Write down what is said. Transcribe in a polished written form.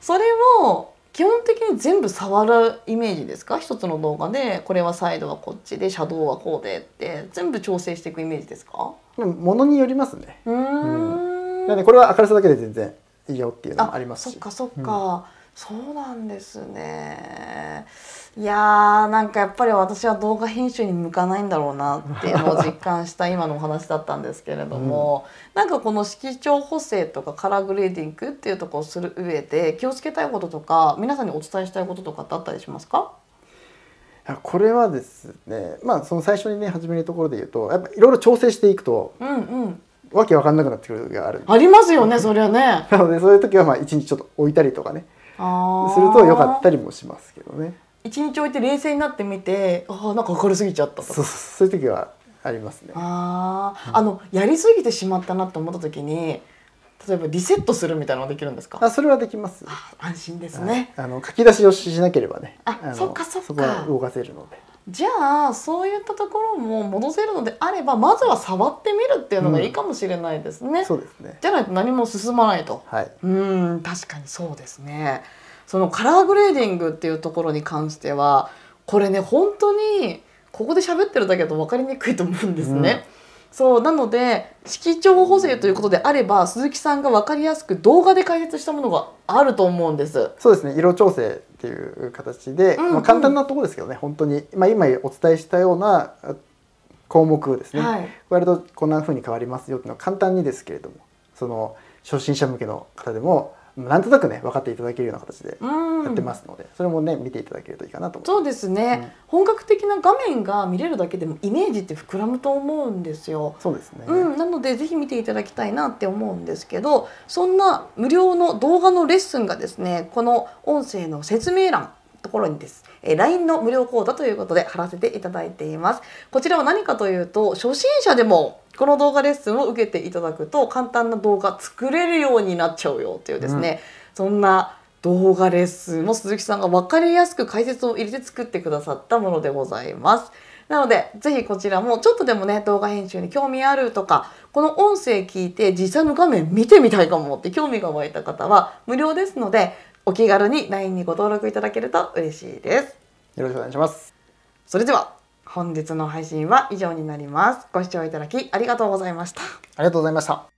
それを基本的に全部触るイメージですか？一つの動画でこれはサイドはこっちでシャドウはこうでって全部調整していくイメージですか？ ものによりますね。 なのでこれは明るさだけで全然いいよっていうのもありますし。 そっかそっか、そうなんですね。いやー、なんかやっぱり私は動画編集に向かないんだろうなっていうのを実感した今のお話だったんですけれども、なんかこの色調補正とかカラーグレーディングっていうところをする上で気をつけたいこととか皆さんにお伝えしたいこととかってあったりしますか？ これはですね、その最初にね始めるところで言うと、やっぱいろいろ調整していくと、わけわかんなくなってくる時がある。 ありますよね、そりゃね。 なのでそういう時は一日ちょっと置いたりとかねすると良かったりもしますけどね。 一日置いて冷静になってみて、なんか明るすぎちゃったとか。 そういう時はありますね。 やりすぎてしまったなって思った時に、例えばリセットするみたいなのができるんですか？ それはできます。 安心ですね。 書き出しをしなければね。 そっかそっか。 そこは動かせるので。 じゃあそういったところも戻せるのであれば、まずは触ってみるっていうのがいいかもしれないですね。 そうですね。 じゃないと何も進まないと。 はい。 確かにそうですね。そのカラーグレーディングっていうところに関しては、これね本当にここで喋ってるだけだと分かりにくいと思うんですね。そうなので色調補正ということであれば、鈴木さんが分かりやすく動画で解説したものがあると思うんです。 そうですね、色調整っていう形で、簡単なところですけどね、本当に、今お伝えしたような項目ですね、割とこんな風に変わりますよっていうのは簡単にですけれども、その初心者向けの方でもなんとなくね分かっていただけるような形でやってますので、それもね見ていただけるといいかなと思います。 そうですね、本格的な画面が見れるだけでもイメージって膨らむと思うんですよ。 そうですね、 なのでぜひ見ていただきたいなって思うんですけど、そんな無料の動画のレッスンがですね、この音声の説明欄ところにです、LINE の無料講座ということで貼らせていただいています。こちらは何かというと、初心者でもこの動画レッスンを受けていただくと簡単な動画作れるようになっちゃうよっていうですね、そんな動画レッスンを鈴木さんが分かりやすく解説を入れて作ってくださったものでございます。なのでぜひこちらもちょっとでもね動画編集に興味あるとか、この音声聞いて実際の画面見てみたいかもって興味が湧いた方は無料ですので、お気軽に LINE にご登録いただけると嬉しいです。 よろしくお願いします。 それでは本日の配信は以上になります。ご視聴いただきありがとうございました。 ありがとうございました。